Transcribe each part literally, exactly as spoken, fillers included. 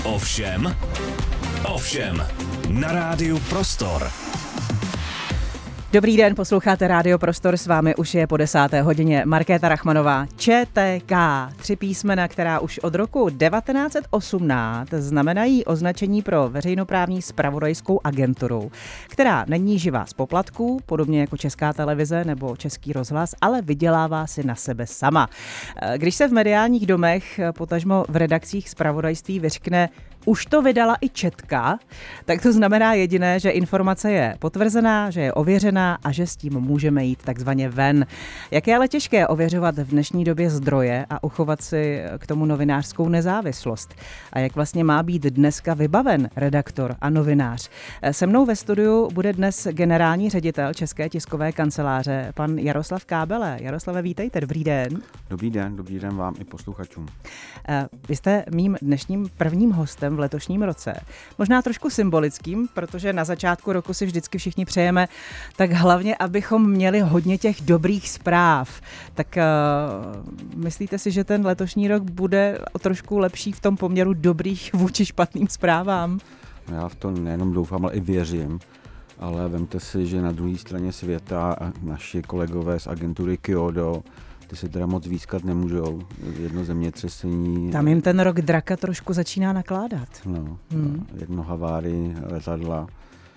Ovšem, ovšem, na rádiu Prostor. Dobrý den, posloucháte Rádio Prostor, s vámi už je po desáté hodině Markéta Rachmanová. ČTK, tři písmena, která už od roku devatenáct set osmnáct znamenají označení pro veřejnoprávní zpravodajskou agenturu, která není živá z poplatků, podobně jako Česká televize nebo Český rozhlas, ale vydělává si na sebe sama. Když se v mediálních domech, potažmo v redakcích zpravodajství vyřkne už to vydala i Četka, tak to znamená jediné, že informace je potvrzená, že je ověřená a že s tím můžeme jít takzvaně ven. Jak je ale těžké ověřovat v dnešní době zdroje a uchovat si k tomu novinářskou nezávislost? A jak vlastně má být dneska vybaven redaktor a novinář? Se mnou ve studiu bude dnes generální ředitel České tiskové kanceláře, pan Jaroslav Kábele. Jaroslave, vítejte, dobrý den. Dobrý den, dobrý den vám i posluchačům. Vy jste mým dnešním prvním hostem v letošním roce. Možná trošku symbolickým, protože na začátku roku si vždycky všichni přejeme, tak hlavně, abychom měli hodně těch dobrých zpráv. Tak uh, myslíte si, že ten letošní rok bude trošku lepší v tom poměru dobrých vůči špatným zprávám? Já v to nejenom doufám, ale i věřím. Ale vemte si, že na druhé straně světa naši kolegové z agentury Kyodo, ty se teda moc výskat nemůžou. Jedno zemětřesení. Tam jim ten rok draka trošku začíná nakládat. No, hmm. jedno havárii letadla.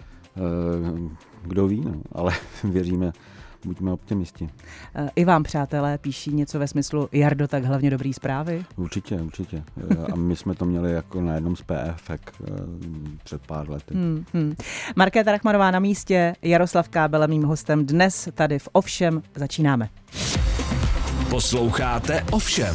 Kdo ví, no, ale věříme, buďme optimisti. I vám, přátelé, píší něco ve smyslu Jardo, tak hlavně dobrý zprávy? Určitě, určitě. A my jsme to měli jako na jednom z P F před pár lety. Hmm, hmm. Markéta Rachmanová na místě, Jaroslav Kábele mým hostem dnes tady v Ovšem. Začínáme. Posloucháte Ovšem.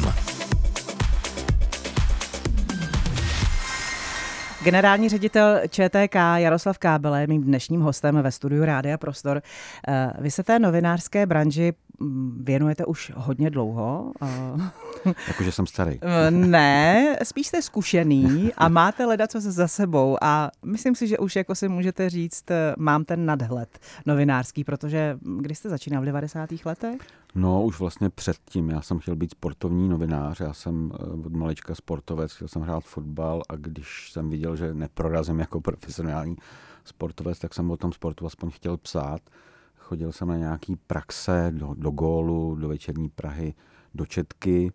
Generální ředitel ČTK Jaroslav Kábele je mým dnešním hostem ve studiu Rádia Prostor. Vy se té novinářské branži věnujete už hodně dlouho. Jakože jsem starý. Ne, spíš jste zkušený a máte ledacos za sebou a myslím si, že už jako si můžete říct, mám ten nadhled novinářský, protože když jste začínal v devadesátých letech? No, už vlastně předtím. Já jsem chtěl být sportovní novinář, já jsem od malička sportovec, chtěl jsem hrát fotbal a když jsem viděl, že neprorazím jako profesionální sportovec, tak jsem o tom sportu aspoň chtěl psát. Chodil jsem na nějaký praxe do, do Gólu, do Večerní Prahy, do Četky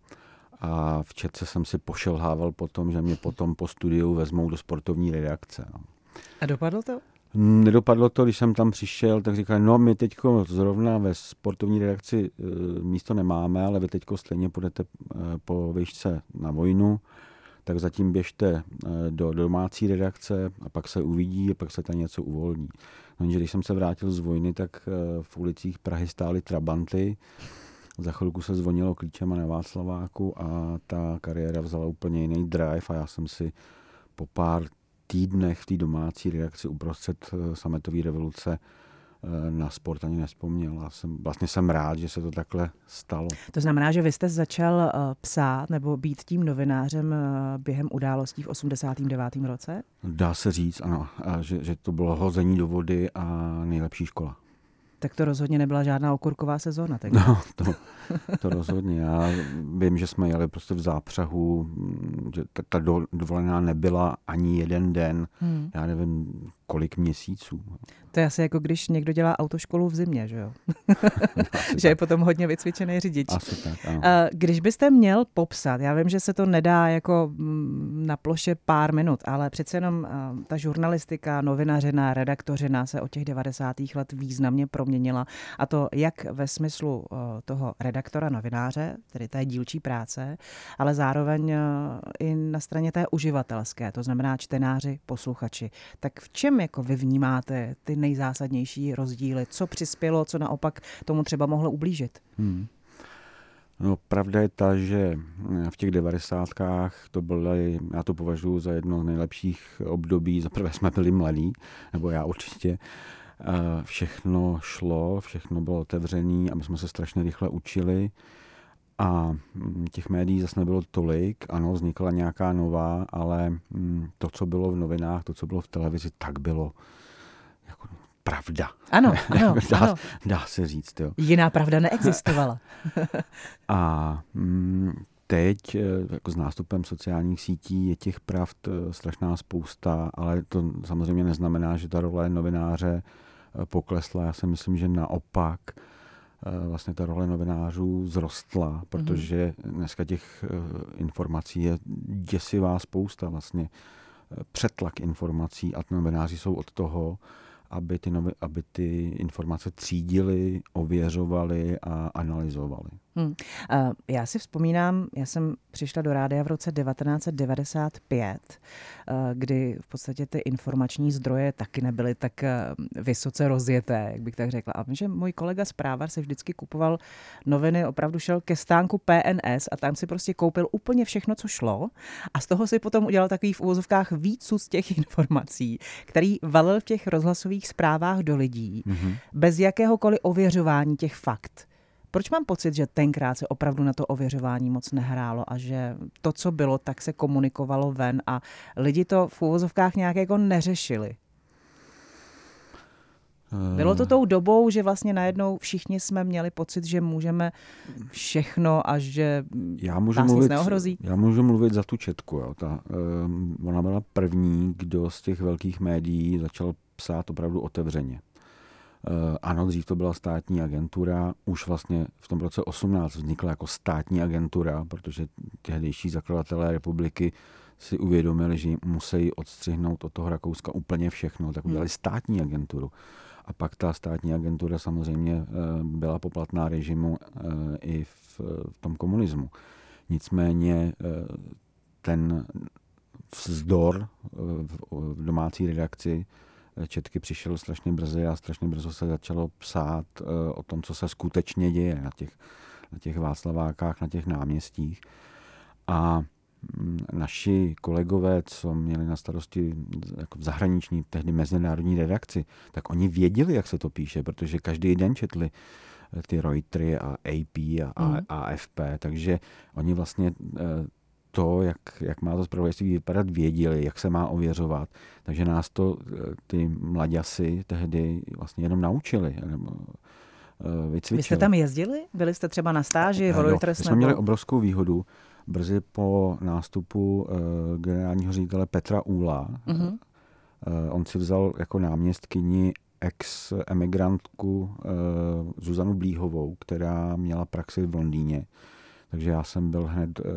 a v Četce jsem si pošelhával potom, že mě potom po studiu vezmou do sportovní redakce. No. A dopadlo to? Nedopadlo to, když jsem tam přišel, tak říkali, no my teďko zrovna ve sportovní redakci e, místo nemáme, ale vy teďko stejně půjdete e, po výšce na vojnu, tak zatím běžte e, do domácí redakce a pak se uvidí a pak se tam něco uvolní. No, když jsem se vrátil z vojny, tak e, v ulicích Prahy stály trabanty, za chvilku se zvonilo klíčema na Václaváku a ta kariéra vzala úplně jiný drive a já jsem si po pár týdnech v té domácí redakci uprostřed sametové revoluce na sport ani nevzpomněl. A jsem, vlastně jsem rád, že se to takhle stalo. To znamená, že vy jste začal psát nebo být tím novinářem během událostí v osmdesátém devátém roce? Dá se říct, ano, že, že to bylo hození do vody a nejlepší škola. Tak to rozhodně nebyla žádná okurková sezóna. Tak. No, to, to rozhodně. Já vím, že jsme jeli prostě v zápřahu, že ta, ta dovolená nebyla ani jeden den. Hmm. Já nevím, kolik měsíců. To je asi jako když někdo dělá autoškolu v zimě, že jo? Že je potom hodně vycvičený řidič. Asi tak, ano. Když byste měl popsat, já vím, že se to nedá jako na ploše pár minut, ale přece jenom ta žurnalistika, novinařina, redaktořina se od těch devadesátých let významně proměnila. A to jak ve smyslu toho redaktora, novináře, tedy té dílčí práce, ale zároveň i na straně té uživatelské, to znamená čtenáři, posluchači. Tak v čem jako vy vnímáte ty nejzásadnější rozdíly? Co přispělo, co naopak tomu třeba mohlo ublížit? Hmm. No, pravda je ta, že v těch devadesátkách to bylo, já to považuji za jedno z nejlepších období. Zaprvé jsme byli mladí, nebo já určitě. Všechno šlo, všechno bylo otevřené a my jsme se strašně rychle učili. A těch médií zase nebylo tolik, ano, vznikla nějaká nová, ale to, co bylo v novinách, to, co bylo v televizi, tak bylo jako pravda. Ano, ano, dá, ano. Dá se říct, jo. Jiná pravda neexistovala. A mm, teď jako s nástupem sociálních sítí je těch pravd strašná spousta, ale to samozřejmě neznamená, že ta role novináře poklesla. Já si myslím, že naopak vlastně ta role novinářů zrostla, protože dneska těch informací je děsivá spousta, vlastně přetlak informací a novináři jsou od toho, aby ty, novi, aby ty informace třídili, ověřovali a analyzovali. Hmm. Já si vzpomínám, já jsem přišla do rádia v roce devatenáct set devadesát pět, kdy v podstatě ty informační zdroje taky nebyly tak vysoce rozjeté, jak bych tak řekla. A že můj kolega zprávar si vždycky kupoval noviny, opravdu šel ke stánku P N S a tam si prostě koupil úplně všechno, co šlo a z toho si potom udělal takový v uvozovkách výcud z těch informací, který valil v těch rozhlasových zprávách do lidí, mm-hmm. bez jakéhokoliv ověřování těch fakt. Proč mám pocit, že tenkrát se opravdu na to ověřování moc nehrálo a že to, co bylo, tak se komunikovalo ven a lidi to v uvozovkách nějak jako neřešili? Bylo to tou dobou, že vlastně najednou všichni jsme měli pocit, že můžeme všechno a že já můžu nás mluvit, nic neohrozí? Já můžu mluvit za tu Četku. Jo. Ta, um, ona byla první, kdo z těch velkých médií začal psát opravdu otevřeně. Uh, ano, dřív to byla státní agentura, už vlastně v tom roce osmnáct vznikla jako státní agentura, protože tehdejší zakladatelé republiky si uvědomili, že musí odstřihnout od toho Rakouska úplně všechno, tak udělali státní agenturu. A pak ta státní agentura samozřejmě uh, byla poplatná režimu uh, i v, v tom komunismu. Nicméně uh, ten vzdor uh, v, v domácí redakci Četky přišel strašně brzy a strašně brzo se začalo psát uh, o tom, co se skutečně děje na těch, na těch Václavákách, na těch náměstích. A mm, naši kolegové, co měli na starosti jako v zahraniční, tehdy mezinárodní redakci, tak oni věděli, jak se to píše, protože každý den četli ty Reutery a A P a mm. A F P, takže oni vlastně uh, to, jak, jak má to zpravodajství vypadat, věděli, jak se má ověřovat. Takže nás to ty mlaďasy tehdy vlastně jenom naučili. Nebo, uh, vycvičili. Vy jste tam jezdili? Byli jste třeba na stáži? Uh, jo, my jsme nebo... měli obrovskou výhodu. Brzy po nástupu uh, generálního ředitele Petra Úla, uh-huh. uh, on si vzal jako náměstkyni ex-emigrantku uh, Zuzanu Blíhovou, která měla praxi v Londýně. Takže já jsem byl hned uh,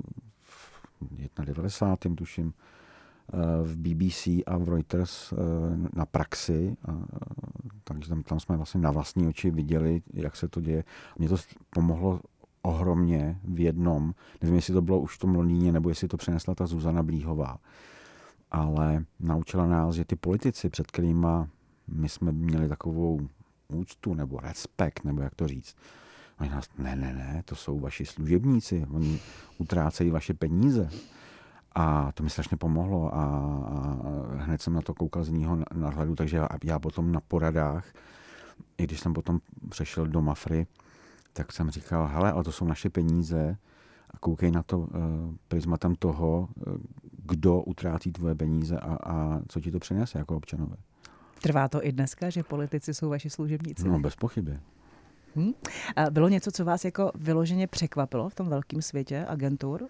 v devadesátém tuším, v B B C a v Reuters na praxi. Takže tam, tam jsme vlastně na vlastní oči viděli, jak se to děje. Mně to pomohlo ohromně v jednom. Nevím, jestli to bylo už v tom Londýně, nebo jestli to přenesla ta Zuzana Blíhová. Ale naučila nás, že ty politici, před kterýma my jsme měli takovou úctu nebo respekt, nebo jak to říct, oni nás, ne, ne, ne, to jsou vaši služebníci, oni utrácejí vaše peníze. A to mi strašně pomohlo a, a hned jsem na to koukal z jiného nadhledu, takže já, já potom na poradách, i když jsem potom přešel do Mafry, tak jsem říkal, hele, ale to jsou naše peníze a koukej na to uh, prismatem toho, uh, kdo utrácí tvoje peníze a, a co ti to přinese jako občanové. Trvá to i dneska, že politici jsou vaši služebníci? No, bez pochyby. Hmm. A bylo něco, co vás jako vyloženě překvapilo v tom velkém světě agentur?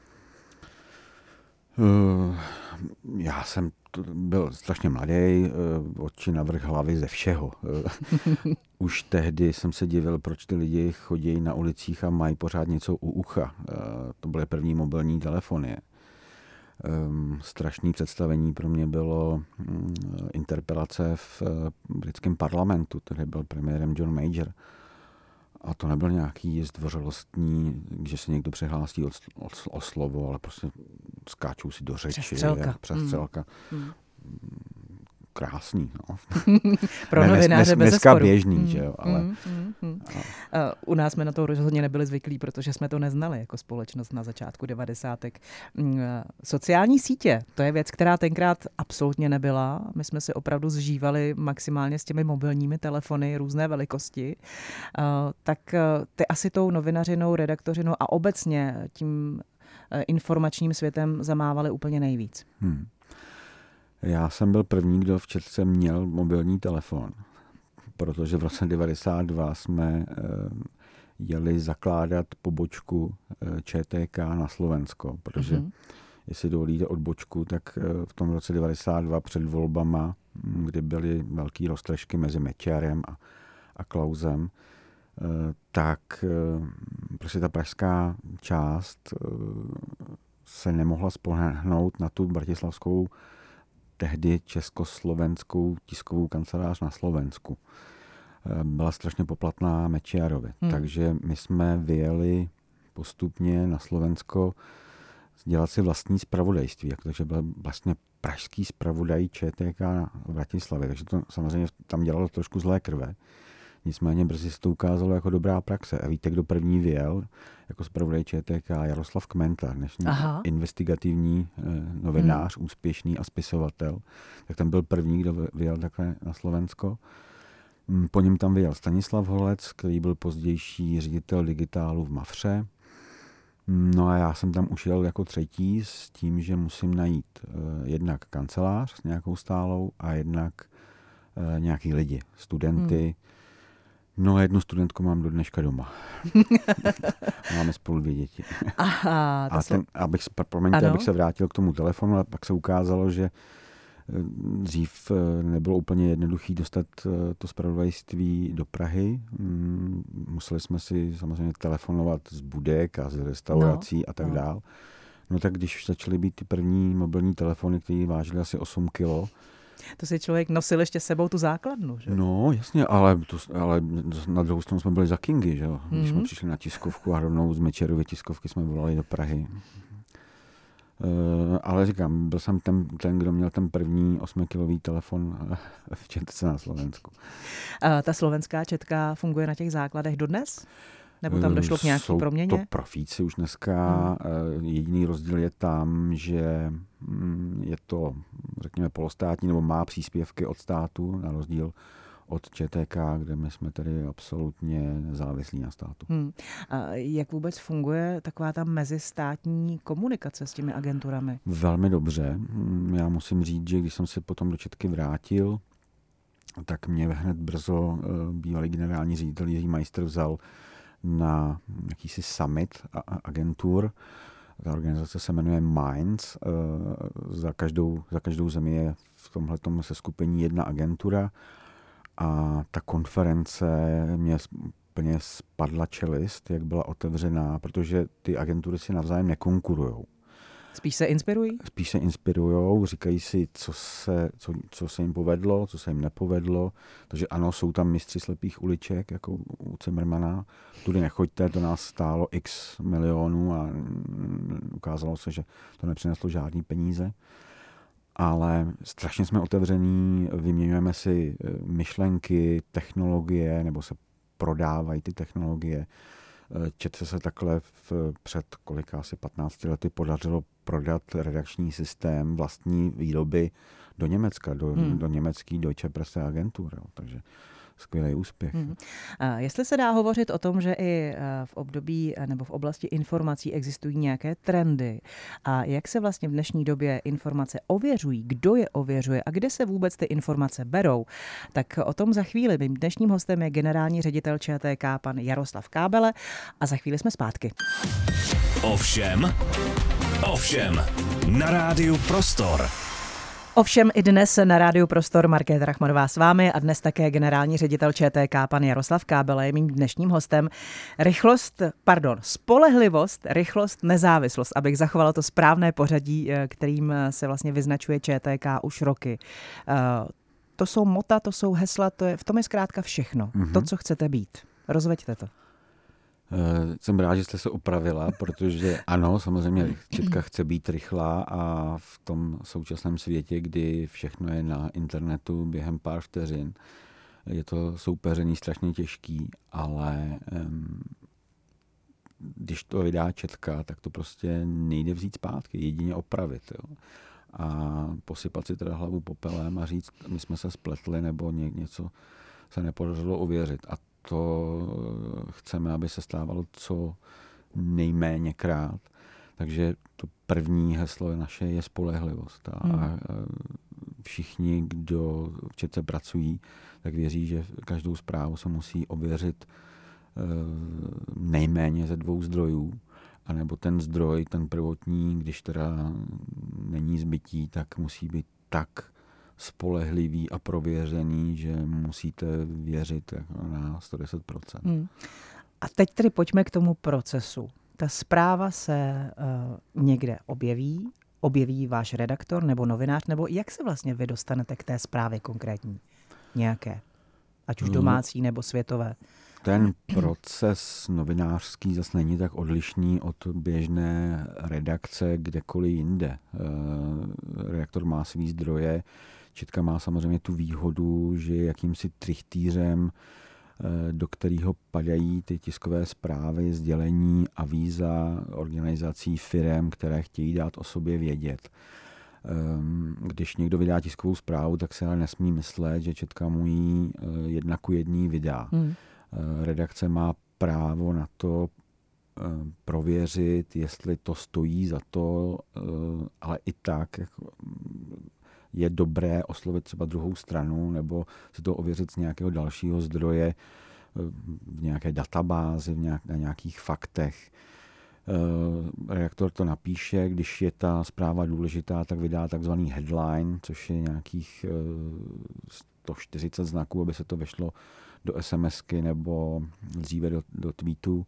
Uh, já jsem byl strašně mladý, uh, oči na vrch hlavy ze všeho. Uh, už tehdy jsem se divil, proč ty lidi chodí na ulicích a mají pořád něco u ucha. Uh, to byly první mobilní telefony. Um, strašné představení pro mě bylo um, interpelace v uh, britském parlamentu, který byl premiérem John Major. A to nebyl nějaký zdvořilostní, že se někdo přihlásí o, o, o slovo, ale prostě skáčou si do řeči. Přestřelka. Přestřelka. Mm. Krásný, no. Pro novináře bez dneska zesporu. běžný, mm. že jo, ale... Mm, mm, mm. A... U nás jsme na to rozhodně nebyli zvyklí, protože jsme to neznali jako společnost na začátku devadesátek. Sociální sítě, to je věc, která tenkrát absolutně nebyla. My jsme si opravdu zžívali maximálně s těmi mobilními telefony různé velikosti. Tak ty asi tou novinařinou, redaktořinou a obecně tím informačním světem zamávali úplně nejvíc. Hmm. Já jsem byl první, kdo v Četce měl mobilní telefon, protože v roce devadesát dva jsme jeli zakládat pobočku ČTK na Slovensko, protože mm-hmm. jestli dovolíte odbočku, tak v tom roce devadesát dva před volbama, kdy byly velký roztržky mezi Mečiarem a, a Klausem, tak prostě ta pražská část se nemohla spolehnout na tu bratislavskou, tehdy československou tiskovou kancelář na Slovensku. Byla strašně poplatná Mečiarovi. Hmm. Takže my jsme vyjeli postupně na Slovensko dělat si vlastní zpravodajství. Takže byl vlastně pražský zpravodaj ČTK v Bratislavě. Takže to samozřejmě tam dělalo trošku zlé krve. Nicméně brzy se to ukázalo jako dobrá praxe. A víte, kdo první vyjel jako zpravodaj ČTK? Jaroslav Kmenta, dnešní Aha. investigativní eh, novinář, hmm. úspěšný a spisovatel. Tak tam byl první, kdo vyjel takhle na Slovensko. Po něm tam vyjel Stanislav Holec, který byl pozdější ředitel digitálu v Mafře. No a já jsem tam už jel jako třetí s tím, že musím najít eh, jednak kancelář s nějakou stálou a jednak eh, nějaký lidi, studenty. Hmm. No a jednu studentku mám do dneška doma. Máme spolu dvě děti. Aha, a ten, abych, promiňte, abych se vrátil k tomu telefonu, ale pak se ukázalo, že dřív nebylo úplně jednoduché dostat to zpravodajství do Prahy. Museli jsme si samozřejmě telefonovat z budek a z restaurací no, a tak no. dál. No tak když začaly být ty první mobilní telefony, které vážily asi osm kilo, to si člověk nosil ještě sebou tu základnu, že? No, jasně, ale, to, ale na druhou stranu jsme byli za Kingy, že jo? Když mm-hmm. jsme přišli na tiskovku a rovnou z Mečiarovy tiskovky jsme volali do Prahy. Uh, ale říkám, byl jsem ten, ten, kdo měl ten první osmikilový telefon v četce na Slovensku. Uh, ta slovenská četka funguje na těch základech dodnes? Nebo tam došlo k nějaké Jsou proměně? Jsou to profíci už dneska. Hmm. Jediný rozdíl je tam, že je to, řekněme, polostátní, nebo má příspěvky od státu, na rozdíl od ČTK, kde my jsme tedy absolutně nezávislí na státu. Hmm. A jak vůbec funguje taková ta mezistátní komunikace s těmi agenturami? Velmi dobře. Já musím říct, že když jsem se potom do Četky vrátil, tak mě hned brzo bývalý generální ředitel Jiří Majster vzal na jakýsi summit agentur. Ta organizace se jmenuje Minds. Za každou, za každou zemi je v tomhletom seskupení jedna agentura a ta konference mě plně spadla čelist, jak byla otevřená, protože ty agentury si navzájem nekonkurujou. Spíš se inspirují? Spíš se inspirujou, říkají si, co se, co, co se jim povedlo, co se jim nepovedlo. Takže ano, jsou tam mistři slepých uliček, jako u Cimrmana. Tudy nechoďte, to nás stálo x milionů a ukázalo se, že to nepřineslo žádný peníze. Ale strašně jsme otevření, vyměňujeme si myšlenky, technologie, nebo se prodávají ty technologie. Četce se takhle v, před kolika asi patnácti lety podařilo prodat redakční systém vlastní výroby do Německa, do, hmm. do německý Deutsche Presse Agentur. Jo. Takže skvělý úspěch. Hmm. A jestli se dá hovořit o tom, že i v období nebo v oblasti informací existují nějaké trendy a jak se vlastně v dnešní době informace ověřují, kdo je ověřuje a kde se vůbec ty informace berou, tak o tom za chvíli. Mým dnešním hostem je generální ředitel ČTK pan Jaroslav Kábele a za chvíli jsme zpátky. Ovšem, ovšem, na rádiu Prostor. Ovšem i dnes na rádiu Prostor Markéta Rachmanová s vámi a dnes také generální ředitel ČTK pan Jaroslav Kábele je mým dnešním hostem. Rychlost, pardon, spolehlivost, rychlost, nezávislost, abych zachovala to správné pořadí, kterým se vlastně vyznačuje ČTK už roky. To jsou mota, to jsou hesla, to je, v tom je zkrátka všechno. Mm-hmm. To, co chcete být. Rozveďte to. Jsem rád, že jste se opravila, protože ano, samozřejmě Četka chce být rychlá a v tom současném světě, kdy všechno je na internetu během pár vteřin, je to soupeření strašně těžký, ale um, když to vydá Četka, tak to prostě nejde vzít zpátky, jedině opravit. Jo. A posypat si teda hlavu popelem a říct, my jsme se spletli nebo ně, něco se nepodařilo ověřit. A to chceme, aby se stávalo co nejméněkrát. Takže to první heslo naše je spolehlivost. A hmm. všichni, kdo v Četce pracují, tak věří, že každou zprávu se musí ověřit nejméně ze dvou zdrojů, anebo ten zdroj, ten prvotní, když teda není zbytí, tak musí být tak spolehlivý a prověřený, že musíte věřit na sto deset procent. Hmm. A teď tedy pojďme k tomu procesu. Ta zpráva se uh, někde objeví, objeví váš redaktor nebo novinář, nebo jak se vlastně vy dostanete k té zprávě konkrétní? Nějaké, ať už domácí nebo světové. Ten proces novinářský zase není tak odlišný od běžné redakce kdekoliv jinde. Redaktor má svý zdroje, Četka má samozřejmě tu výhodu, že je jakýmsi trichtýřem, do kterého padají ty tiskové zprávy, sdělení, avíza organizací, firem, které chtějí dát o sobě vědět. Když někdo vydá tiskovou zprávu, tak se ale nesmí myslet, že Četka mu ji jedna ku jedný vydá. Hmm. Redakce má právo na to prověřit, jestli to stojí za to, ale i tak je dobré oslovit třeba druhou stranu nebo si to ověřit z nějakého dalšího zdroje v nějaké databázi, v nějak, na nějakých faktech. Redaktor to napíše, když je ta zpráva důležitá, tak vydá takzvaný headline, což je nějakých sto čtyřicet znaků, aby se to vešlo do SMSky nebo dříve do, do tweetu.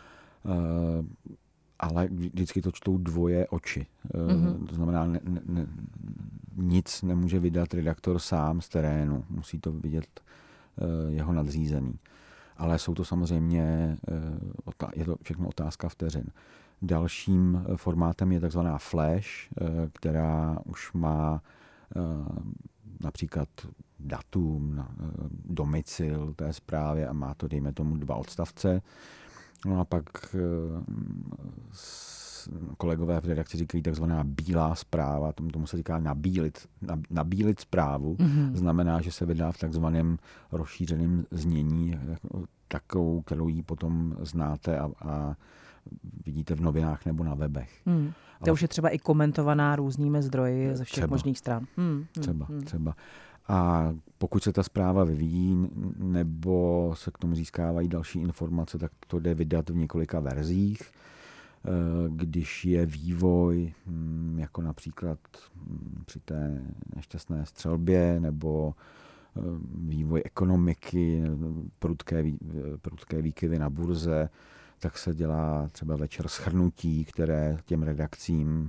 Ale vždycky to čtou dvoje oči. Mm-hmm. To znamená, ne, ne, nic nemůže vydat redaktor sám z terénu. Musí to vidět jeho nadřízený. Ale jsou to samozřejmě, je to všechno otázka vteřin. Dalším formátem je takzvaná flash, která už má například datum, domicil té zprávy a má to, dejme tomu, dva odstavce. No a pak kolegové v redakci říkají takzvaná bílá zpráva, tomu, tomu se říká nabílit, nabílit zprávu. Mm-hmm. Znamená, že se vydá v takzvaném rozšířeném znění, takovou, kterou ji potom znáte a, a vidíte v novinách nebo na webech. Mm. To Ale... už je třeba i komentovaná různými zdroji ze všech třeba, možných stran. Mm, třeba, mm. třeba. A pokud se ta zpráva vyvíjí nebo se k tomu získávají další informace, tak to jde vydat v několika verzích. Když je vývoj, jako například při té nešťastné střelbě, nebo vývoj ekonomiky, prudké, prudké výkyvy na burze, tak se dělá třeba večer shrnutí, které těm redakcím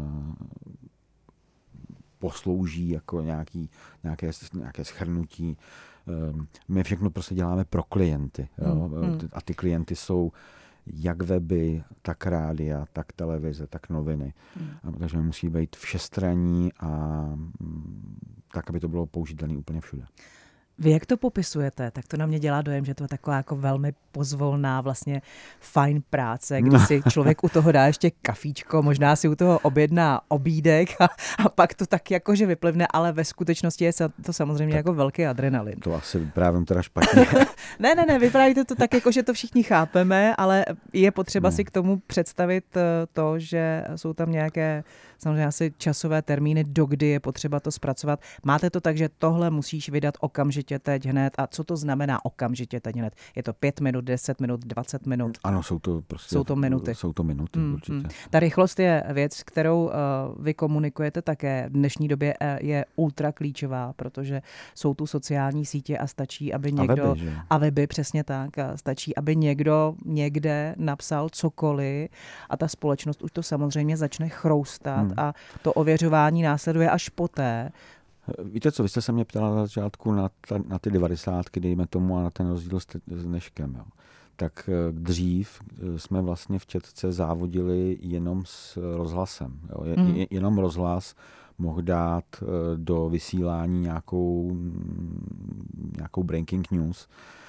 poslouží jako nějaký, nějaké, nějaké shrnutí. My všechno prostě děláme pro klienty. Jo? Hmm. A ty klienty jsou jak weby, tak rádia, tak televize, tak noviny. Hmm. A takže musí být všestranní a tak, aby to bylo použitelné úplně všude. Vy jak to popisujete, tak to na mě dělá dojem, že to je taková jako velmi pozvolná, vlastně fajn práce, kdy si člověk u toho dá ještě kafíčko, možná si u toho objedná obídek a, a pak to tak jakože vyplivne, ale ve skutečnosti je to samozřejmě tak jako velký adrenalin. To asi vyprávím teda špatně. ne, ne, ne, vyprávíte to tak, jako že to všichni chápeme, ale je potřeba no. si k tomu představit to, že jsou tam nějaké samozřejmě asi časové termíny, dokdy je potřeba to zpracovat. Máte to tak, že tohle musíš vydat okamžitě teď hned. A co to znamená okamžitě teď hned? Je to pět minut, deset minut, dvacet minut? Ano, jsou to prostě jsou to minuty. Jsou to minuty, mm, určitě. Mm. Ta rychlost je věc, kterou uh, vy komunikujete také. V dnešní době je ultra klíčová, protože jsou tu sociální sítě a stačí, aby někdo... A weby, že? A weby, přesně tak. A stačí, aby někdo někde napsal cokoliv a ta společnost už to samozřejmě začne chroustat mm. a to ověřování následuje až poté. Víte co, vy jste se mě ptala na začátku na, ta, na ty devadesátky, dejme tomu, a na ten rozdíl s, s dneškem. Jo. Tak dřív jsme vlastně v Četce závodili jenom s rozhlasem. Jo. Je, mm. Jenom rozhlas mohl dát do vysílání nějakou, nějakou breaking news.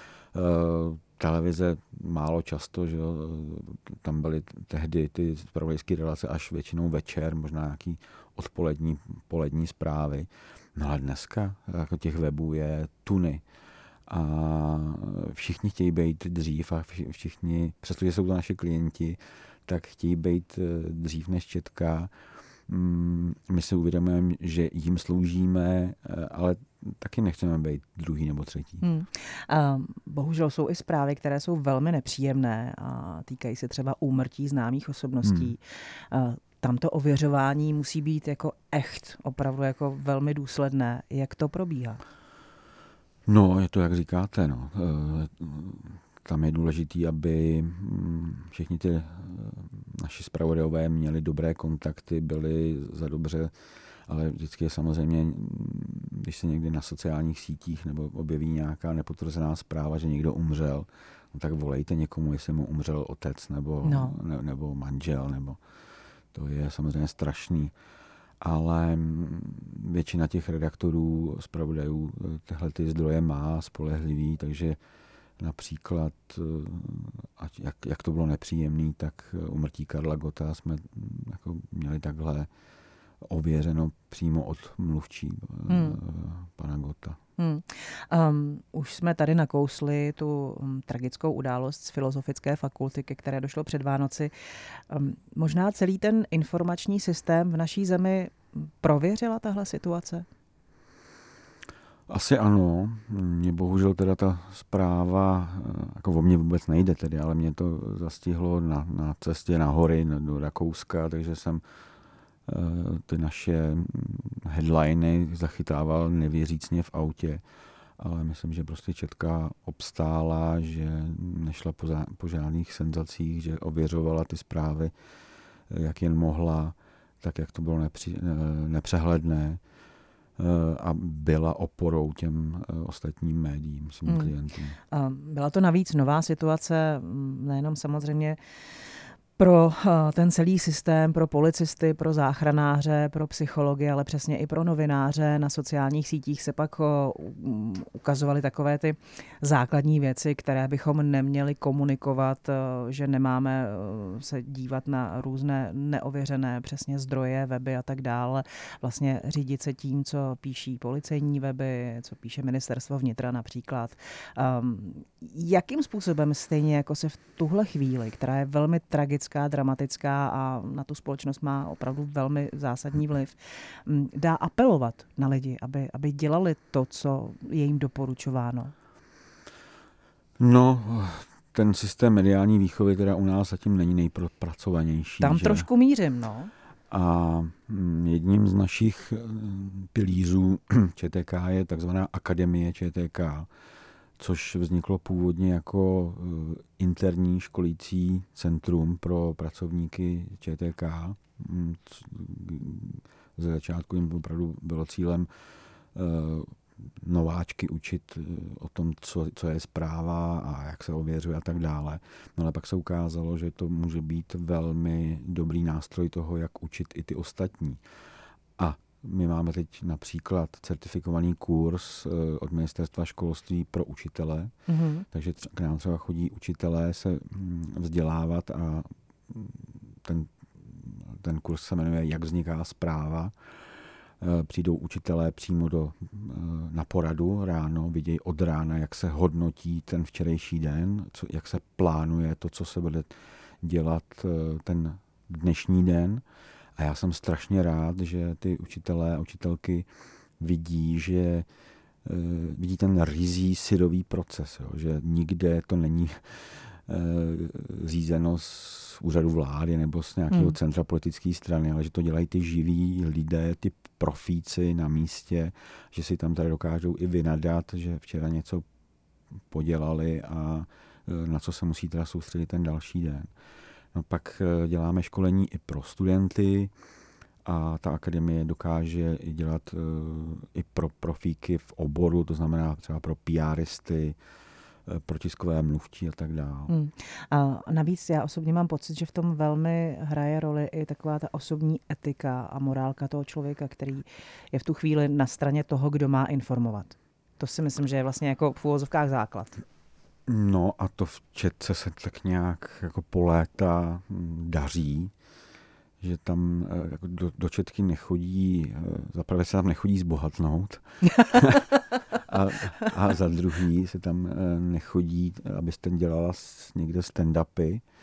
Televize málo často, že jo, tam byly tehdy ty zpravodajské relace až většinou večer, možná nějaký odpolední, polední zprávy. No ale dneska jako těch webů je tuny a všichni chtějí být dřív a všichni, přestože jsou to naši klienti, tak chtějí být dřív než Četka my si uvědomujeme, že jim sloužíme, ale taky nechceme být druhý nebo třetí. Hmm. A bohužel jsou i zprávy, které jsou velmi nepříjemné a týkají se třeba úmrtí známých osobností. Hmm. Tam to ověřování musí být jako echt, opravdu jako velmi důsledné. Jak to probíhá? No, je to, jak říkáte, no. Tam je důležitý, aby všichni ty naši zpravodajové měli dobré kontakty, byli za dobře, ale vždycky je samozřejmě, když se někdy na sociálních sítích nebo objeví nějaká nepotvrzená zpráva, že někdo umřel, no tak volejte někomu, jestli mu umřel otec nebo, no. ne, nebo manžel, nebo to je samozřejmě strašný. Ale většina těch redaktorů, zpravodajů tyhle ty zdroje má, spolehlivý, takže například, ať, jak, jak to bylo nepříjemný, tak úmrtí Karla Gotta jsme jako měli takhle ověřeno přímo od mluvčí hmm. pana Gotta. Hmm. Um, už jsme tady nakousli tu um, tragickou událost z Filozofické fakulty, ke které došlo před Vánoci. Um, možná celý ten informační systém v naší zemi prověřila tahle situace? Asi ano. Mě bohužel teda ta zpráva, jako o mě vůbec nejde tedy, ale mě to zastihlo na, na cestě na hory do Rakouska, takže jsem ty naše headliny zachytával nevěřícně v autě, ale myslím, že prostě Četka obstála, že nešla po, za, po žádných senzacích, že ověřovala ty zprávy, jak jen mohla, tak jak to bylo nepři, nepřehledné a byla oporou těm ostatním médiím, svým hmm. klientům. Byla to navíc nová situace, nejenom samozřejmě pro ten celý systém, pro policisty, pro záchranáře, pro psychology, ale přesně i pro novináře. Na sociálních sítích se pak ukazovaly takové ty základní věci, které bychom neměli komunikovat, že nemáme se dívat na různé neověřené přesně zdroje, weby a tak dále. Vlastně řídit se tím, co píší policejní weby, co píše ministerstvo vnitra například. Um, jakým způsobem stejně jako se v tuhle chvíli, která je velmi tragická, dramatická a na tu společnost má opravdu velmi zásadní vliv, dá apelovat na lidi, aby, aby dělali to, co je jim doporučováno? No, ten systém mediální výchovy teda u nás zatím není nejpropracovanější. Tam že? trošku mířím, no. A jedním z našich pilířů ČTK je takzvaná Akademie ČTK, což vzniklo původně jako interní školící centrum pro pracovníky ČTK. Ze začátku jim opravdu bylo cílem nováčky učit o tom, co, co je zpráva a jak se ověřuje a tak dále. No ale pak se ukázalo, že to může být velmi dobrý nástroj toho, jak učit i ty ostatní. A my máme teď například certifikovaný kurz od Ministerstva školství pro učitele, mm-hmm. takže k nám třeba chodí učitelé se vzdělávat a ten, ten kurz se jmenuje Jak vzniká zpráva. Přijdou učitelé přímo do, na poradu ráno, vidějí od rána, jak se hodnotí ten včerejší den, co, jak se plánuje to, co se bude dělat ten dnešní den. A já jsem strašně rád, že ty učitelé a učitelky vidí, že vidí ten rizí syrový proces, jo, že nikde to není řízeno z úřadu vlády nebo z nějakého hmm. centra politické strany, ale že to dělají ty živí lidé, ty profíci na místě, že si tam tady dokážou i vynadat, že včera něco podělali a na co se musí teda soustředit ten další den. No pak děláme školení i pro studenty a ta akademie dokáže dělat uh, i pro profíky v oboru, to znamená třeba pro PRisty, pro tiskové mluvčí a tak dále. Hmm. A navíc já osobně mám pocit, že v tom velmi hraje roli i taková ta osobní etika a morálka toho člověka, který je v tu chvíli na straně toho, kdo má informovat. To si myslím, že je vlastně jako v úvozovkách základ. No a to v Četce se tak nějak jako po léta daří, že tam jako do, do Četky nechodí, zaprvé se tam nechodí zbohatnout a, a za druhý se tam nechodí, abyste dělala někde stand-upy.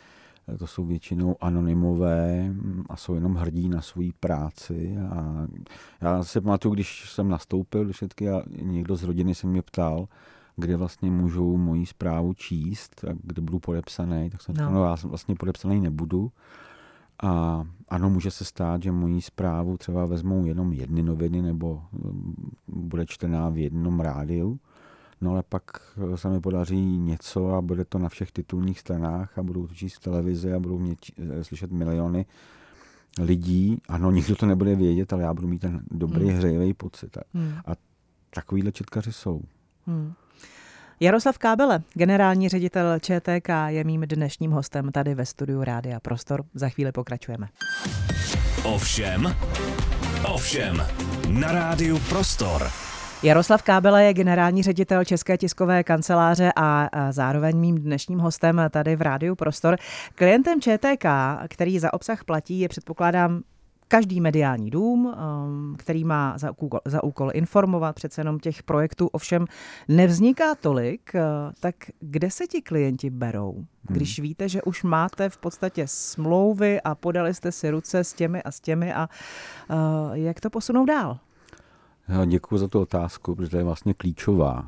to jsou většinou anonymové a jsou jenom hrdí na svou práci. A já si pamatuju, když jsem nastoupil do Šetky a někdo z rodiny se mě ptal, kde vlastně můžou moji zprávu číst, a kde budu podepsaný, tak jsem no. říkal, no já vlastně podepsaný nebudu. A ano, může se stát, že moji zprávu třeba vezmou jenom jedny noviny nebo bude čtená v jednom rádiu, no ale pak se mi podaří něco a bude to na všech titulních stranách a budou to číst v televizi a budou mě či- slyšet miliony lidí. Ano, nikdo to nebude vědět, ale já budu mít ten dobrý, hmm. hřejivý pocit. A, hmm. a takovýhle četkaři jsou. Hmm. Jaroslav Kábele, generální ředitel ČTK, je mým dnešním hostem tady ve studiu Rádia Prostor. Za chvíli pokračujeme. Ovšem, ovšem, na Rádiu Prostor. Jaroslav Kábele je generální ředitel České tiskové kanceláře a zároveň mým dnešním hostem tady v Rádiu Prostor. Klientem ČTK, který za obsah platí, je, předpokládám, každý mediální dům, který má za úkol, za úkol informovat, přece jenom těch projektů ovšem nevzniká tolik, tak kde se ti klienti berou? Když hmm. víte, že už máte v podstatě smlouvy a podali jste si ruce s těmi a s těmi a uh, jak to posunou dál? Děkuji za tu otázku, protože to je vlastně klíčová.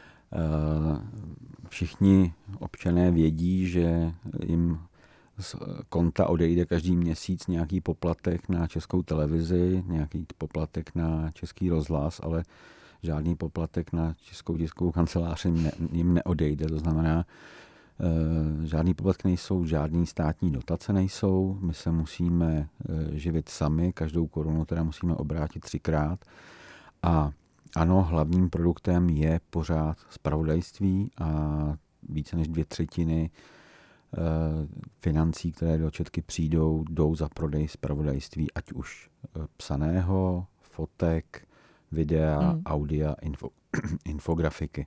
Všichni občané vědí, že jim z konta odejde každý měsíc nějaký poplatek na Českou televizi, nějaký poplatek na Český rozhlas, ale žádný poplatek na Českou tiskovou kancelář jim, ne, jim neodejde. To znamená, žádný poplatky nejsou, žádný státní dotace nejsou. My se musíme živit sami, každou korunu teda musíme obrátit třikrát. A ano, hlavním produktem je pořád zpravodajství a více než dvě třetiny financí, které do Četky přijdou, jdou za prodej zpravodajství, ať už psaného, fotek, videa, mm. audia, info, infografiky.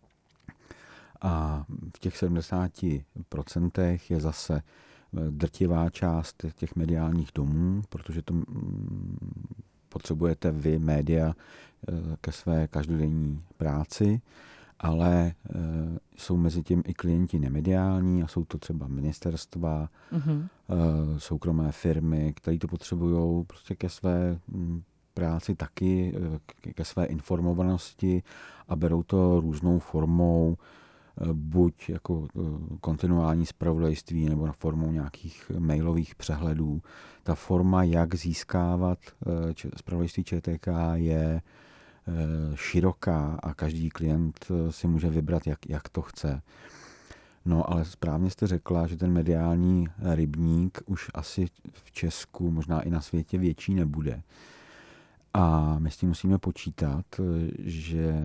A v těch sedmdesáti procentech je zase drtivá část těch mediálních domů, protože to potřebujete vy, média, ke své každodenní práci, ale e, jsou mezi tím i klienti nemediální a jsou to třeba ministerstva, mm-hmm. e, soukromé firmy, které to potřebují prostě ke své m, práci taky, ke, ke své informovanosti a berou to různou formou, e, buď jako e, kontinuální zpravodajství nebo na formou nějakých mailových přehledů. Ta forma, jak získávat e, č, zpravodajství ČTK je široká a každý klient si může vybrat, jak, jak to chce. No ale správně jste řekla, že ten mediální rybník už asi v Česku, možná i na světě větší nebude. A my s tím musíme počítat, že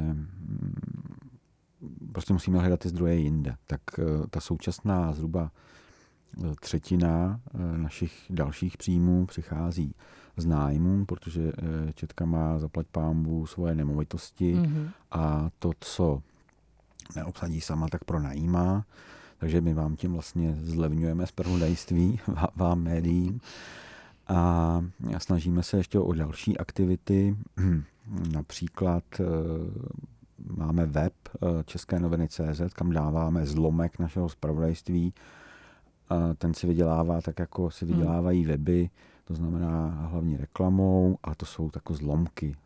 prostě musíme hledat ty zdroje jinde. Tak ta současná zhruba třetina našich dalších příjmů přichází z nájmu, protože Četka má zaplať pánbůh svoje nemovitosti mm-hmm. a to, co neobsadí sama, tak pronajímá. Takže my vám tím vlastně zlevňujeme zpravodajství, vám médiím. A snažíme se ještě o další aktivity. Například máme web české noviny tečka cé zet, kam dáváme zlomek našeho zpravodajství. Ten si vydělává tak, jako si vydělávají weby, to znamená hlavně reklamou, a to jsou takové zlomky,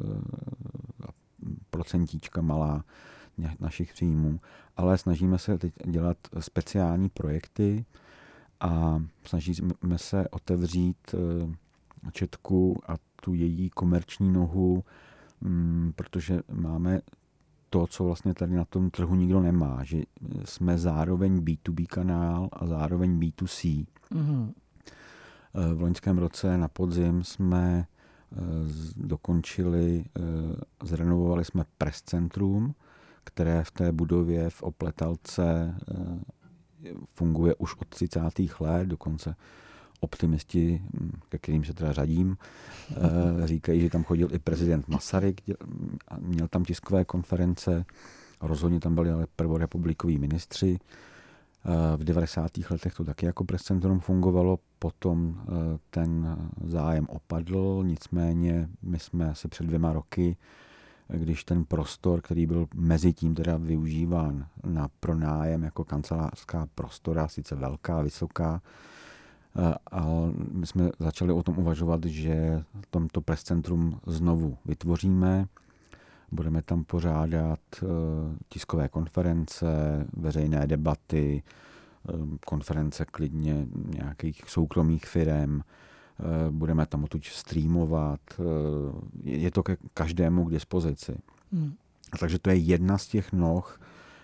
procentíčka malá našich příjmů. Ale snažíme se teď dělat speciální projekty a snažíme se otevřít Četku a tu její komerční nohu, protože máme to, co vlastně tady na tom trhu nikdo nemá, že jsme zároveň bé dvě bé kanál a zároveň bé dvě cé. Mm-hmm. V loňském roce na podzim jsme dokončili, zrenovovali jsme press centrum, které v té budově v Opletalce funguje už od třicátých let, dokonce optimisti, ke kterým se teda řadím, říkají, že tam chodil i prezident Masaryk, měl tam tiskové konference, rozhodně tam byli ale prvorepublikoví ministři. V devadesátých letech to taky jako press centrum fungovalo, potom ten zájem opadl, nicméně my jsme asi před dvěma roky když ten prostor, který byl mezi tím teda využíván na pronájem jako kancelářská prostora, sice velká, vysoká, ale my jsme začali o tom uvažovat, že tomto press centrum znovu vytvoříme. Budeme tam pořádat tiskové konference, veřejné debaty, konference klidně nějakých soukromých firem. Budeme tam odtud streamovat. Je to ke každému k dispozici. Hmm. Takže to je jedna z těch noh,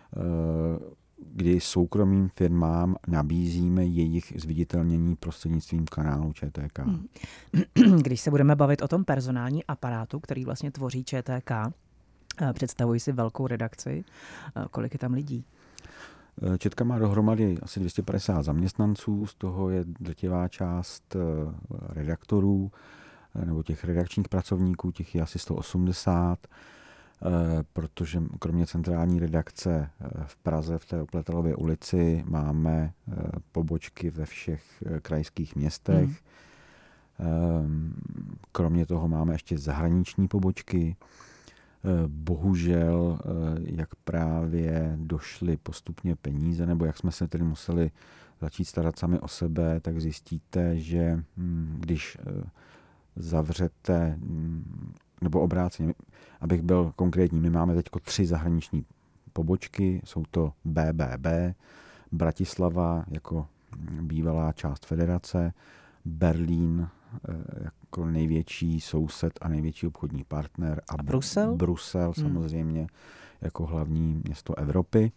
kdy soukromým firmám nabízíme jejich zviditelnění prostřednictvím kanálu Č T K. Hmm. Když se budeme bavit o tom personální aparátu, který vlastně tvoří Č T K, představuji si velkou redakci. Kolik je tam lidí? Četka má dohromady asi dvě stě padesát zaměstnanců, z toho je drtivá část redaktorů nebo těch redakčních pracovníků, těch je asi sto osmdesát, protože kromě centrální redakce v Praze v té Opletelově ulici máme pobočky ve všech krajských městech. Hmm. Kromě toho máme ještě zahraniční pobočky. Bohužel, jak právě došly postupně peníze, nebo jak jsme se tedy museli začít starat sami o sebe, tak zjistíte, že když zavřete, nebo obráceně, abych byl konkrétní, my máme teď tři zahraniční pobočky, jsou to B B B, Bratislava jako bývalá část federace, Berlín jako největší soused a největší obchodní partner a, a Brusel? Brusel samozřejmě hmm. jako hlavní město Evropy.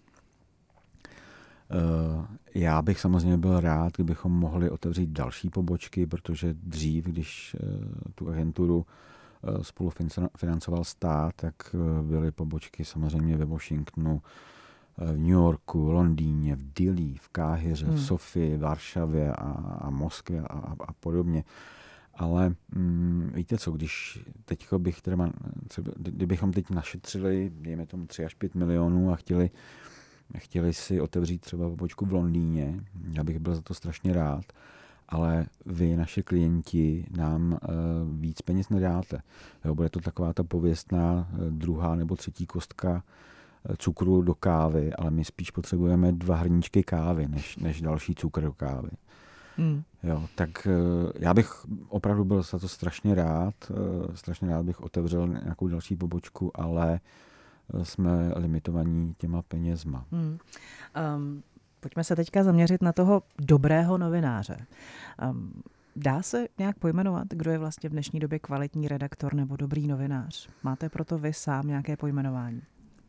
Já bych samozřejmě byl rád, kdybychom mohli otevřít další pobočky, protože dřív, když tu agenturu spolufinancoval stát, tak byly pobočky samozřejmě ve Washingtonu, v New Yorku, Londýně, v Dillí, v Káhiře, hmm. v Sofii, v Varšavě a, a Moskvě a, a podobně. Ale mm, víte co, když teď bych třeba, třeba, kdybychom teď našetřili, dejme tomu tři až pět milionů a chtěli, chtěli si otevřít třeba pobočku v Londýně, já bych byl za to strašně rád, ale vy, naši klienti, nám uh, víc peněz nedáte. Jo, bude to taková ta pověstná uh, druhá nebo třetí kostka cukru do kávy, ale my spíš potřebujeme dva hrníčky kávy, než, než další cukr do kávy. Hmm. Jo, tak já bych opravdu byl za to strašně rád, strašně rád bych otevřel nějakou další pobočku, ale jsme limitovaní těma penězma. Hmm. Um, pojďme se teďka zaměřit na toho dobrého novináře. Um, dá se nějak pojmenovat, kdo je vlastně v dnešní době kvalitní redaktor nebo dobrý novinář? Máte proto vy sám nějaké pojmenování?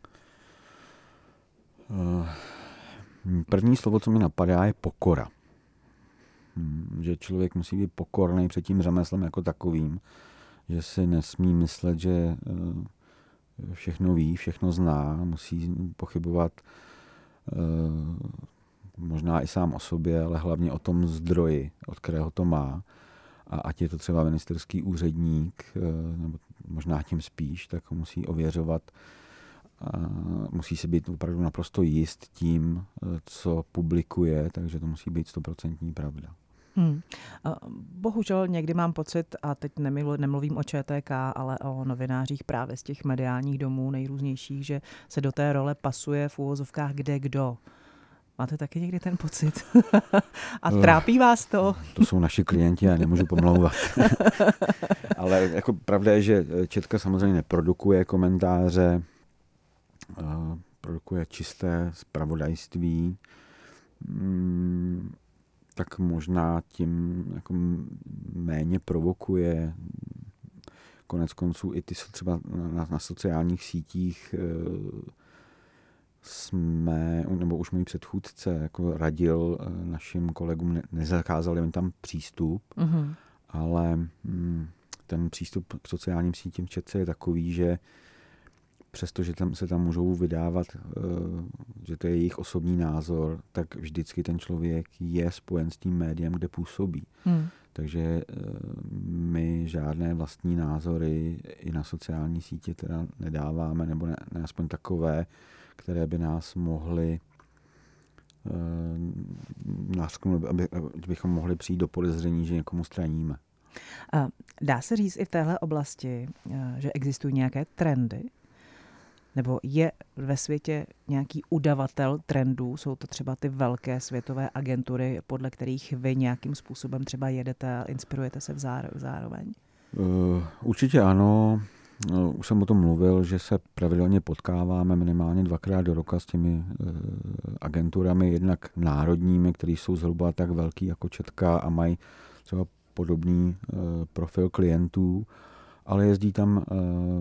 První slovo, co mi napadá, je pokora. Že člověk musí být pokorný před tím řemeslem jako takovým, že si nesmí myslet, že všechno ví, všechno zná, musí pochybovat možná i sám o sobě, ale hlavně o tom zdroji, od kterého to má. A ať je to třeba ministerský úředník, nebo možná tím spíš, tak ho musí ověřovat. A musí si být opravdu naprosto jist tím, co publikuje, takže to musí být stoprocentní pravda. Hmm. Bohužel někdy mám pocit, a teď nemluvím o Č T K, ale o novinářích právě z těch mediálních domů nejrůznějších, že se do té role pasuje v úvozovkách kde kdo. Máte taky někdy ten pocit? A trápí vás to? To jsou naši klienti, já nemůžu pomlouvat. Ale jako pravda je, že Četka samozřejmě neprodukuje komentáře, produkuje čisté zpravodajství, tak možná tím jako méně provokuje. Konec konců i ty třeba na, na sociálních sítích jsme, nebo už můj předchůdce jako radil našim kolegům, ne, nezakázali jim tam přístup, mm-hmm. ale ten přístup k sociálním sítím v Četce je takový, že přestože tam se tam můžou vydávat, že to je jejich osobní názor, tak vždycky ten člověk je spojen s tím médiem, kde působí. Hmm. Takže my žádné vlastní názory i na sociální sítě teda nedáváme, nebo ne, ne aspoň takové, které by nás mohly nasknout, aby, abychom mohli přijít do podezření, že někomu straníme. Dá se říct i v téhle oblasti, že existují nějaké trendy? Nebo je ve světě nějaký udavatel trendů? Jsou to třeba ty velké světové agentury, podle kterých vy nějakým způsobem třeba jedete a inspirujete se zároveň? Uh, určitě ano. Uh, už jsem o tom mluvil, že se pravidelně potkáváme minimálně dvakrát do roka s těmi uh, agenturami, jednak národními, které jsou zhruba tak velký jako Četka a mají třeba podobný uh, profil klientů, ale jezdí tam uh,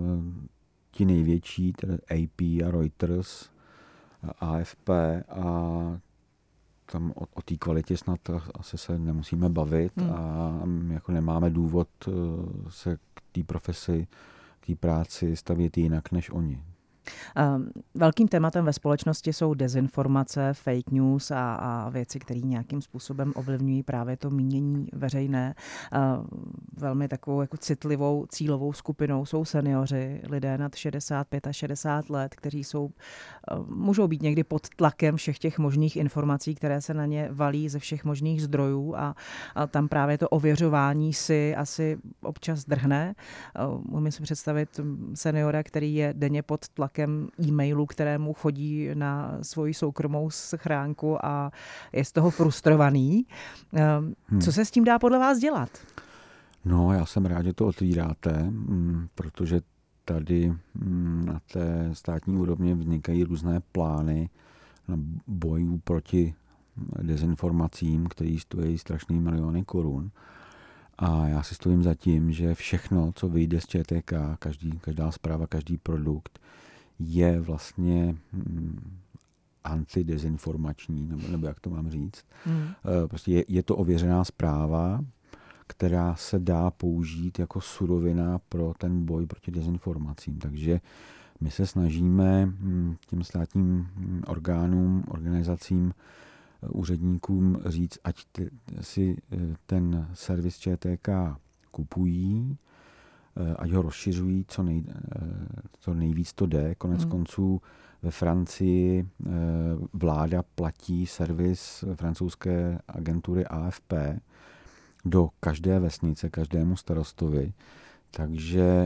ti největší, tedy A P a Reuters, A F P, a tam o, o té kvalitě snad asi se nemusíme bavit hmm. a jako nemáme důvod se k té profesi, k té práci stavět jinak než oni. Velkým tématem ve společnosti jsou dezinformace, fake news a, a věci, které nějakým způsobem ovlivňují právě to mínění veřejné. Velmi takovou jako citlivou cílovou skupinou jsou seniori, lidé nad šedesát pět a šedesát let, kteří jsou, můžou být někdy pod tlakem všech těch možných informací, které se na ně valí ze všech možných zdrojů a, a tam právě to ověřování si asi občas drhne. Můžeme si představit seniora, který je denně pod tlakem e-mailu, kterému chodí na svoji soukromou schránku a je z toho frustrovaný. Hmm. Co se s tím dá podle vás dělat? No, já jsem rád, že to otvíráte, protože tady na té státní úrovni vznikají různé plány na bojů proti dezinformacím, které stojí strašný miliony korun. A já si stojím za tím, že všechno, co vyjde z Č T K, každý, každá zpráva, každý produkt, je vlastně hm, antidezinformační, nebo, nebo jak to mám říct. Hmm. Prostě je, je to ověřená zpráva, která se dá použít jako surovina pro ten boj proti dezinformacím. Takže my se snažíme hm, těm státním orgánům, organizacím, úředníkům říct, ať ty, si ten servis Č T K kupují, ať ho rozšiřují, co, nej, co nejvíc to jde. Konec hmm. konců ve Francii vláda platí servis francouzské agentury A F P do každé vesnice, každému starostovi. Takže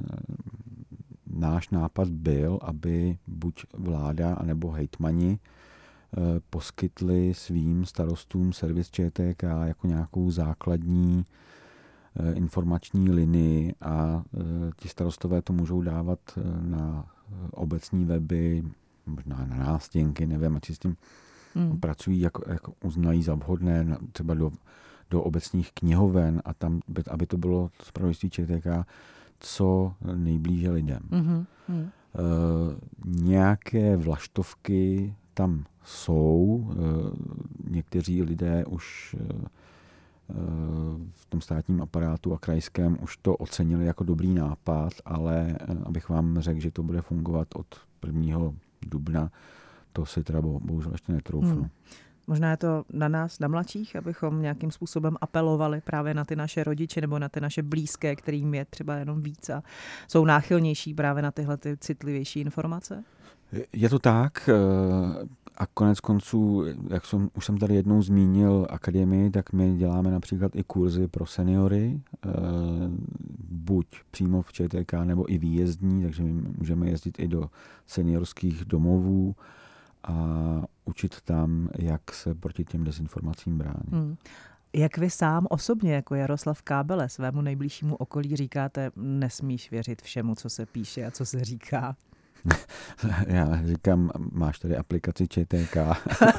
náš nápad byl, aby buď vláda, anebo hejtmani poskytli svým starostům servis Č T K jako nějakou základní informační linii a ti starostové to můžou dávat na obecní weby, možná na nástěnky, nevím, ať si s tím hmm. pracují, jako, jako uznají za vhodné, třeba do, do obecních knihoven a tam, aby to bylo zpravodajství Č T K co nejblíže lidem. Hmm. Hmm. E, nějaké vlaštovky tam jsou, někteří lidé už v tom státním aparátu a krajském už to ocenili jako dobrý nápad, ale abych vám řekl, že to bude fungovat od prvního dubna, to si teda bohužel ještě netroufnu. Hmm. Možná je to na nás, na mladších, abychom nějakým způsobem apelovali právě na ty naše rodiče nebo na ty naše blízké, kterým je třeba jenom víc a jsou náchylnější právě na tyhle ty citlivější informace? Je to tak a konec konců, jak jsem, už jsem tady jednou zmínil akademii, tak my děláme například i kurzy pro seniory, buď přímo v Č T K nebo i výjezdní, takže my můžeme jezdit i do seniorských domovů a učit tam, jak se proti těm dezinformacím bránit. Hmm. Jak vy sám osobně, jako Jaroslav Kábele, svému nejbližšímu okolí říkáte, nesmíš věřit všemu, co se píše a co se říká? Já říkám, máš tady aplikaci Č T K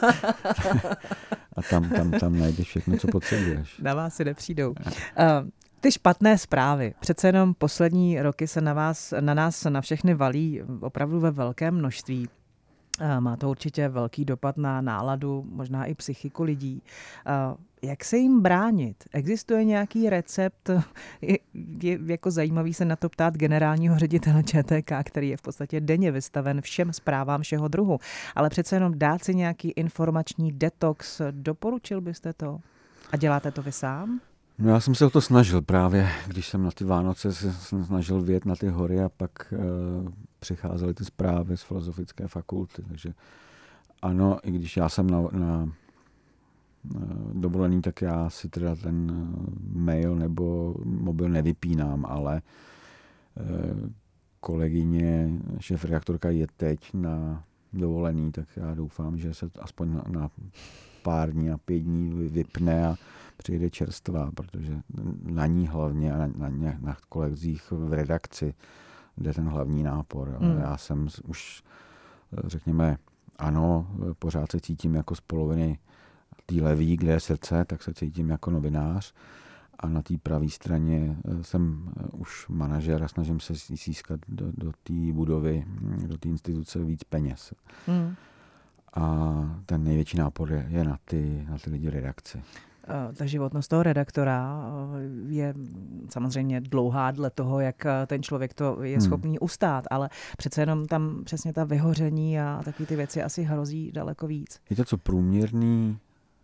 a tam, tam, tam najdeš všechno, co potřebuješ. Na vás si nepřijdou. Uh, ty špatné zprávy. Přece jenom poslední roky se na vás, na nás na všechny valí opravdu ve velkém množství. Má to určitě velký dopad na náladu, možná i psychiku lidí. Jak se jim bránit? Existuje nějaký recept? Je, je jako zajímavý se na to ptát generálního ředitele Č T K, který je v podstatě denně vystaven všem zprávám všeho druhu. Ale přece jenom dát si nějaký informační detox. Doporučil byste to? A děláte to vy sám? No já jsem se o to snažil právě, když jsem na ty Vánoce se snažil vyjet na ty hory a pak e, přicházely ty zprávy z filozofické fakulty. Takže ano, i když já jsem na, na, na dovolený, tak já si teda ten mail nebo mobil nevypínám, ale e, kolegyně, šéfredaktorka je teď na dovolený, tak já doufám, že se aspoň na, na pár dní, na pět dní vypne a přijde čerstvá, protože na ní hlavně a na, na, na kolegích v redakci jde ten hlavní nápor. Hmm. Já jsem už, řekněme, ano, pořád se cítím jako z poloviny té levý, kde je srdce, tak se cítím jako novinář. A na té pravé straně jsem už manažer a snažím se získat do, do té budovy, do té instituce víc peněz. Hmm. A ten největší nápor je, je na, ty, na ty lidi v redakci. Ta životnost toho redaktora je samozřejmě dlouhá dle toho, jak ten člověk to je schopný hmm. ustát, ale přece jenom tam přesně ta vyhoření a takové ty věci asi hrozí daleko víc. Je to co průměrný,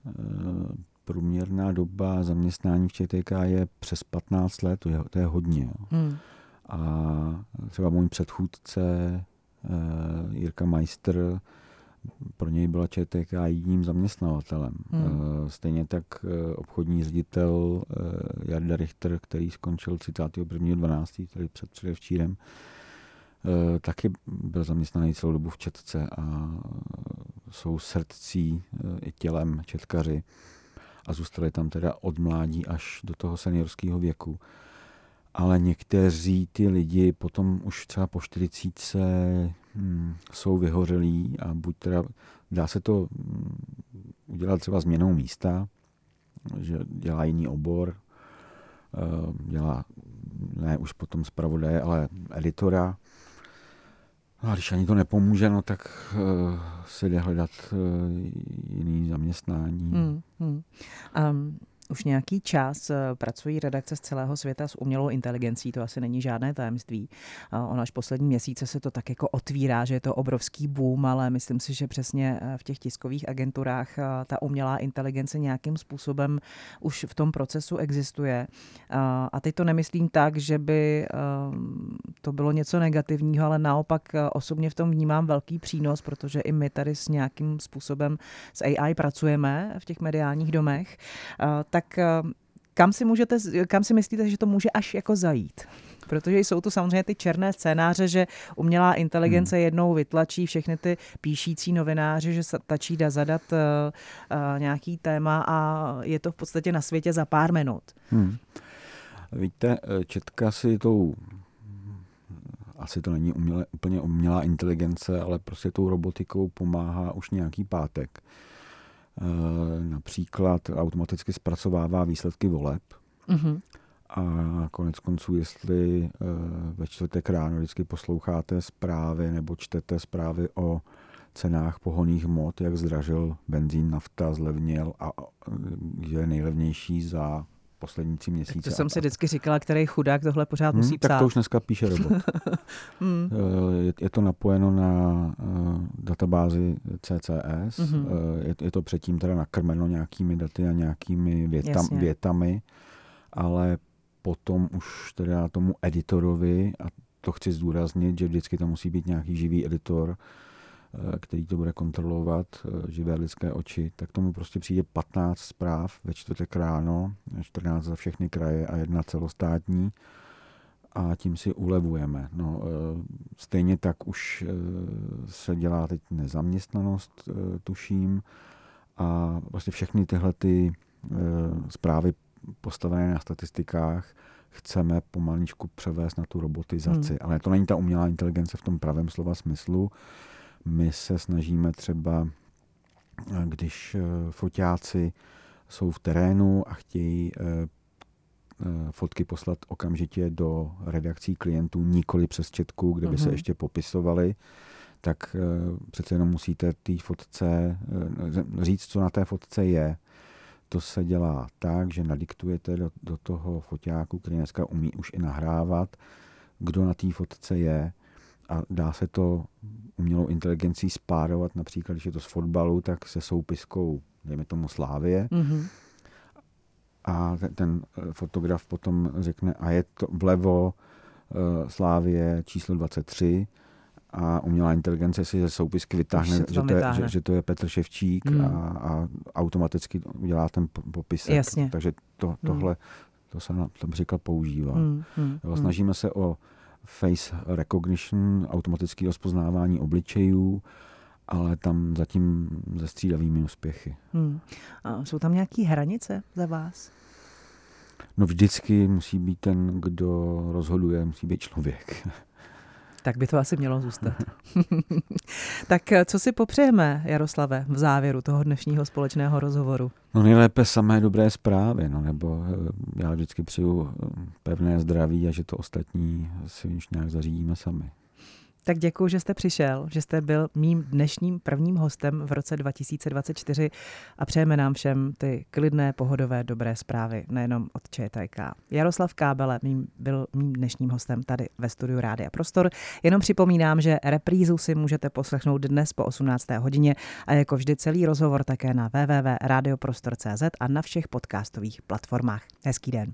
průměrná doba zaměstnání v ČTK je přes patnáct let, to je, to je hodně. Hmm. A třeba můj předchůdce Jirka Majstr, pro něj byla ČTK jedním zaměstnavatelem. Hmm. Stejně tak obchodní ředitel Jarda Richter, který skončil třicátého prvního dvanáctého tedy před předevčírem, taky byl zaměstnaný celou dobu v Četce a jsou srdcí i tělem četkaři a zůstali tam teda od mládí až do toho seniorského věku. Ale někteří ty lidi potom už třeba po čtyřicítce hmm, jsou vyhořelí a buď teda dá se to hmm, udělat třeba změnou místa, že dělá jiný obor, dělá ne už potom zpravodaje, ale editora. A když ani to nepomůže, no tak uh, se jde hledat uh, jiný zaměstnání. Hmm, hmm. Um. Už nějaký čas pracují redakce z celého světa s umělou inteligencí, to asi není žádné tajemství. Ono až poslední měsíce se to tak jako otvírá, že je to obrovský boom, ale myslím si, že přesně v těch tiskových agenturách ta umělá inteligence nějakým způsobem už v tom procesu existuje. A teď to nemyslím tak, že by to bylo něco negativního, ale naopak osobně v tom vnímám velký přínos, protože i my tady s nějakým způsobem s A I pracujeme v těch mediálních domech. Tak kam si, můžete, kam si myslíte, že to může až jako zajít? Protože jsou tu samozřejmě ty černé scénáře, že umělá inteligence hmm. jednou vytlačí všechny ty píšící novináři, že stačí da zadat uh, uh, nějaký téma a je to v podstatě na světě za pár minut. Hmm. Víte, Četka si tou, asi to není uměle, úplně umělá inteligence, ale prostě tou robotikou pomáhá už nějaký pátek. Například automaticky zpracovává výsledky voleb mm-hmm. a konec konců, jestli ve čtvrtek ráno vždycky posloucháte zprávy nebo čtete zprávy o cenách pohonných hmot, jak zdražil benzín, nafta, zlevnil a je nejlevnější za poslední tři měsíce. Tak to jsem si vždycky říkala, který chudák tohle pořád hmm, musí psát. Tak to už dneska píše robot. hmm. je, je to napojeno na uh, databázi C C S. Hmm. Uh, je, je to předtím teda nakrmeno nějakými daty a nějakými větam, větami, ale potom už teda tomu editorovi, a to chci zdůraznit, že vždycky tam musí být nějaký živý editor, který to bude kontrolovat, živé lidské oči, tak tomu prostě přijde patnáct zpráv ve čtvrtek ráno, čtrnáct za všechny kraje a jedna celostátní a tím si ulevujeme. No, stejně tak už se dělá teď nezaměstnanost, tuším, a vlastně všechny tyhle ty zprávy postavené na statistikách chceme pomaličku převést na tu robotizaci. Hmm. Ale to není ta umělá inteligence v tom pravém slova smyslu. My se snažíme třeba, když foťáci jsou v terénu a chtějí fotky poslat okamžitě do redakcí klientů, nikoli přes četku, kde by se ještě popisovali, tak přece jenom musíte té fotce říct, co na té fotce je. To se dělá tak, že nadiktujete do, do toho foťáku, který dneska umí už i nahrávat, kdo na té fotce je, a dá se to umělou inteligencí spárovat, například, když je to z fotbalu, tak se soupiskou, dejme tomu Slávie. Mm-hmm. A ten, ten fotograf potom řekne, a je to vlevo uh, Slávie číslo dvacet tři, a umělá inteligence si ze soupisky vytáhne, že to, je, že, že to je Petr Ševčík mm. a, a automaticky udělá ten popisek. Jasně. Takže to, tohle, to se například používá. Mm. Jo, snažíme se o face recognition, automatické rozpoznávání obličejů, ale tam zatím se střídavými úspěchy. Hmm. A jsou tam nějaké hranice za vás? No vždycky musí být ten, kdo rozhoduje, musí být člověk. Tak by to asi mělo zůstat. Tak co si popřejeme, Jaroslave, v závěru toho dnešního společného rozhovoru? No nejlépe samé dobré zprávy, no, nebo já vždycky přeju pevné zdraví a že to ostatní si už nějak zařídíme sami. Tak děkuji, že jste přišel, že jste byl mým dnešním prvním hostem v roce dva tisíce dvacet čtyři a přejeme nám všem ty klidné, pohodové, dobré zprávy, nejenom od ČTK. Jaroslav Kábele mým, byl mým dnešním hostem tady ve studiu Rádia Prostor. Jenom připomínám, že reprízu si můžete poslechnout dnes po osmnácté hodině a jako vždy celý rozhovor také na w w w tečka radioprostor tečka c z a na všech podcastových platformách. Hezký den.